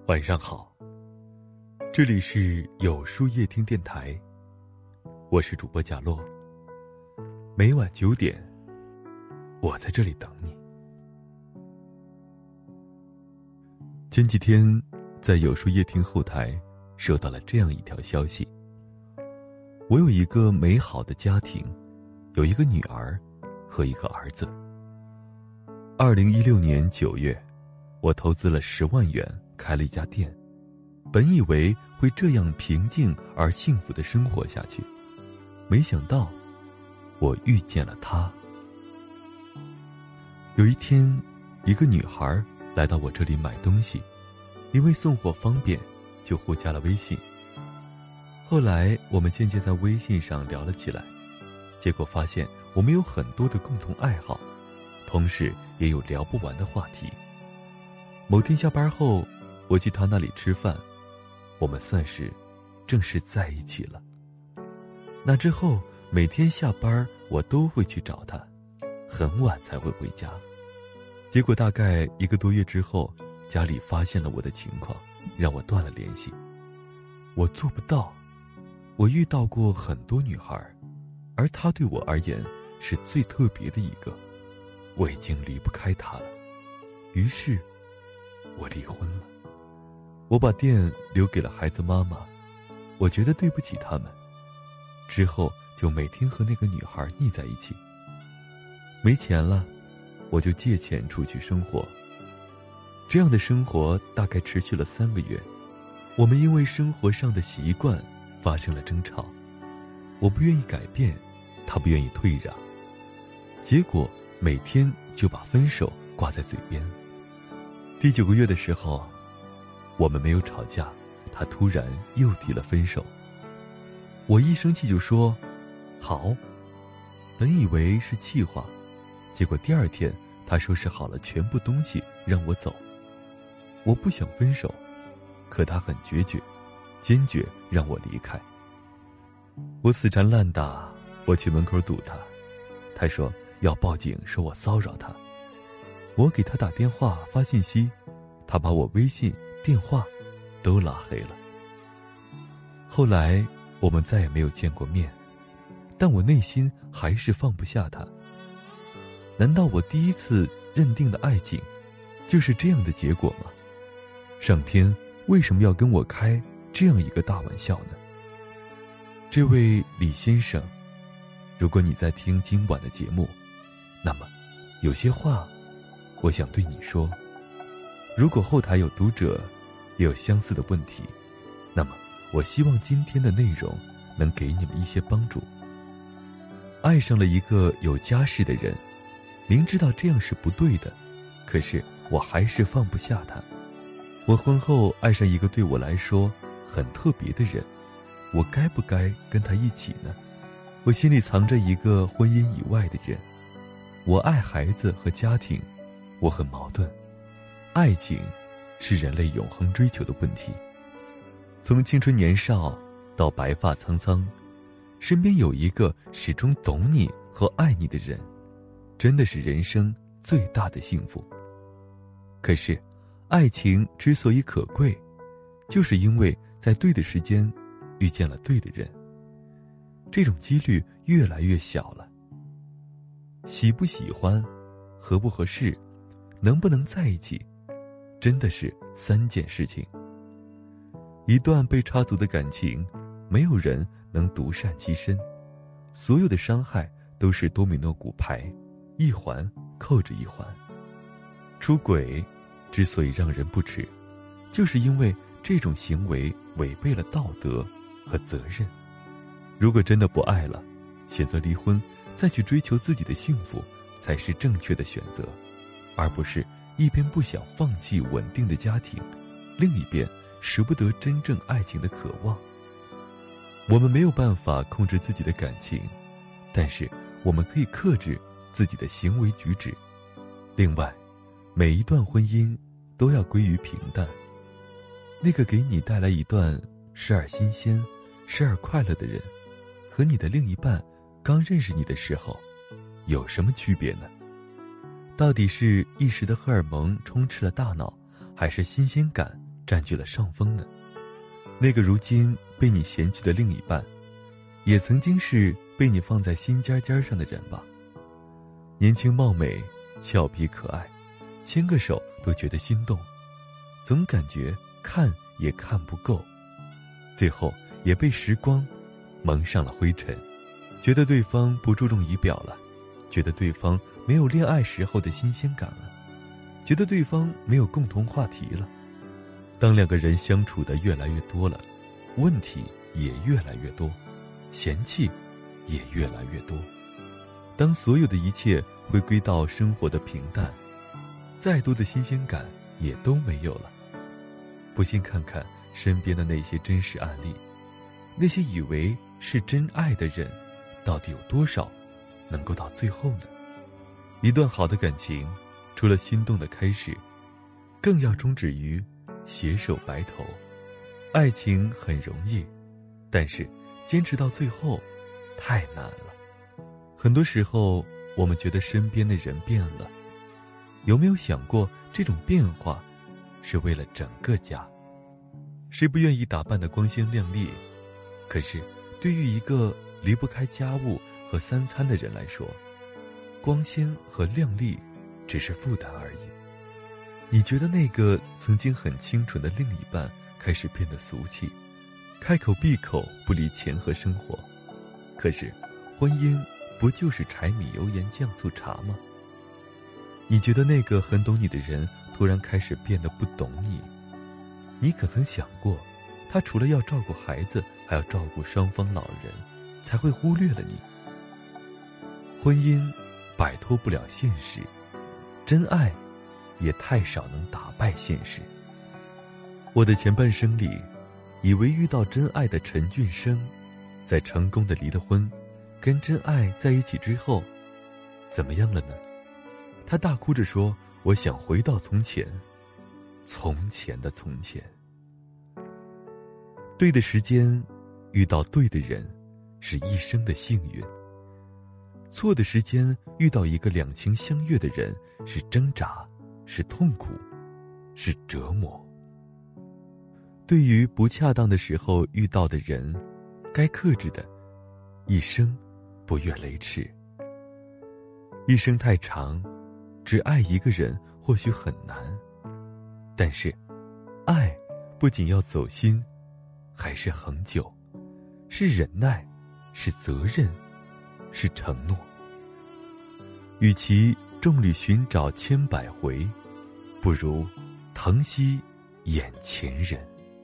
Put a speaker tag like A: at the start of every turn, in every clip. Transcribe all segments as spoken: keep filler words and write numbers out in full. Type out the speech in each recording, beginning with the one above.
A: 晚上好，这里是有书夜听电台，我是主播贾洛。每晚九点，我在这里等你。前几天在有书夜听后台收到了这样一条消息：我有一个美好的家庭，有一个女儿和一个儿子。二零一六年九月，我投资了十万元开了一家店，本以为会这样平静而幸福的生活下去，没想到我遇见了她。有一天，一个女孩来到我这里买东西，因为送货方便，就互加了微信。后来我们渐渐在微信上聊了起来，结果发现我们有很多的共同爱好，同时也有聊不完的话题。某天下班后，我去他那里吃饭，我们算是正式在一起了。那之后每天下班我都会去找他，很晚才会回家。结果大概一个多月之后，家里发现了我的情况，让我断了联系。我做不到，我遇到过很多女孩，而她对我而言是最特别的一个，我已经离不开她了。于是我离婚了，我把店留给了孩子妈妈，我觉得对不起他们。之后就每天和那个女孩腻在一起。没钱了，我就借钱出去生活。这样的生活大概持续了三个月，我们因为生活上的习惯发生了争吵，我不愿意改变，他不愿意退让，结果每天就把分手挂在嘴边。第九个月的时候，我们没有吵架，他突然又提了分手。我一生气就说好，本以为是气话，结果第二天他收拾好了全部东西让我走。我不想分手，可他很决绝，坚决让我离开。我死缠烂打，我去门口堵他，他说要报警，说我骚扰他。我给他打电话发信息，他把我微信电话都拉黑了。后来我们再也没有见过面，但我内心还是放不下他。难道我第一次认定的爱情就是这样的结果吗？上天为什么要跟我开这样一个大玩笑呢？这位李先生，如果你在听今晚的节目，那么有些话我想对你说。如果后台有读者也有相似的问题，那么我希望今天的内容能给你们一些帮助。爱上了一个有家室的人，明知道这样是不对的，可是我还是放不下他。我婚后爱上一个对我来说很特别的人，我该不该跟他一起呢？我心里藏着一个婚姻以外的人。我爱孩子和家庭，我很矛盾。爱情是人类永恒追求的问题。从青春年少到白发苍苍，身边有一个始终懂你和爱你的人，真的是人生最大的幸福。可是爱情之所以可贵，就是因为在对的时间遇见了对的人，这种几率越来越小了。喜不喜欢，合不合适，能不能在一起，真的是三件事情。一段被插足的感情，没有人能独善其身，所有的伤害都是多米诺骨牌，一环扣着一环。出轨之所以让人不齿，就是因为这种行为违背了道德和责任。如果真的不爱了，选择离婚，再去追求自己的幸福，才是正确的选择，而不是一边不想放弃稳定的家庭，另一边舍不得真正爱情的渴望。我们没有办法控制自己的感情，但是我们可以克制自己的行为举止。另外，每一段婚姻都要归于平淡。那个给你带来一段时而新鲜时而快乐的人，和你的另一半刚认识你的时候有什么区别呢？到底是一时的荷尔蒙充斥了大脑，还是新鲜感占据了上风呢？那个如今被你嫌弃的另一半，也曾经是被你放在心尖尖上的人吧？年轻貌美，俏皮可爱，牵个手都觉得心动，总感觉看也看不够，最后也被时光蒙上了灰尘，觉得对方不注重仪表了，觉得对方没有恋爱时候的新鲜感了，觉得对方没有共同话题了。当两个人相处的越来越多了，问题也越来越多，嫌弃也越来越多。当所有的一切回归到生活的平淡，再多的新鲜感也都没有了。不信看看身边的那些真实案例，那些以为是真爱的人，到底有多少能够到最后呢？一段好的感情，除了心动的开始，更要终止于携手白头。爱情很容易，但是坚持到最后太难了。很多时候我们觉得身边的人变了，有没有想过这种变化是为了整个家？谁不愿意打扮得光鲜亮丽？可是对于一个离不开家务和三餐的人来说，光鲜和亮丽只是负担而已。你觉得那个曾经很清纯的另一半开始变得俗气，开口闭口不离钱和生活，可是婚姻不就是柴米油盐酱醋茶吗？你觉得那个很懂你的人突然开始变得不懂你，你可曾想过，他除了要照顾孩子，还要照顾双方老人，才会忽略了你。婚姻摆脱不了现实，真爱也太少能打败现实。我的前半生里，以为遇到真爱的陈俊生，在成功的离了婚，跟真爱在一起之后，怎么样了呢？他大哭着说，我想回到从前，从前的从前。对的时间遇到对的人，是一生的幸运。错的时间遇到一个两情相悦的人，是挣扎，是痛苦，是折磨。对于不恰当的时候遇到的人，该克制的，一生不越雷池。一生太长，只爱一个人或许很难，但是爱不仅要走心，还是恒久，是忍耐，是责任，是承诺。与其众里寻找千百回，不如疼惜眼前人。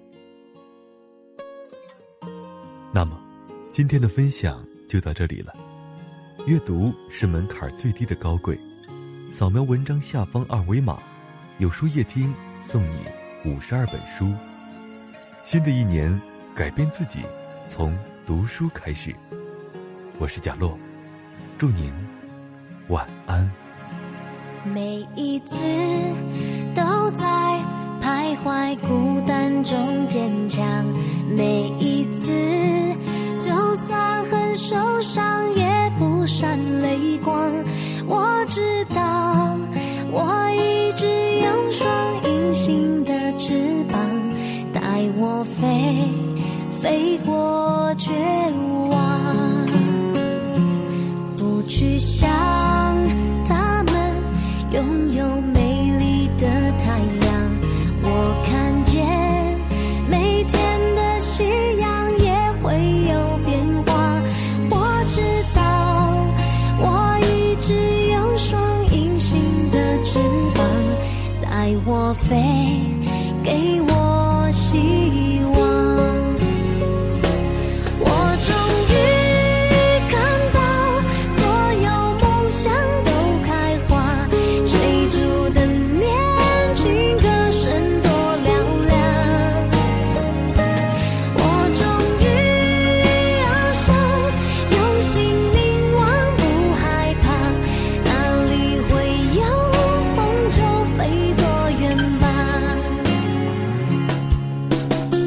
A: 那么今天的分享就到这里了。阅读是门槛最低的高贵，扫描文章下方二维码，有书夜听送你五十二本书。新的一年，改变自己，从读书开始。我是贾洛，祝您晚安。
B: 每一次都在徘徊孤单中坚强，每一次就算很受伤也不闪泪光。我知道我一直有双隐形的翅膀，带我飞飞过绝望，不去想他们拥有美丽的太阳。我看见每天的夕阳也会有变化。我知道我一直有双隐形的翅膀，带我飞，给我希望。我终于看到所有梦想都开花，追逐的年轻歌声多嘹亮。我终于翱翔，用心凝望，不害怕，哪里会有风就飞多远吧。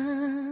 B: 啊。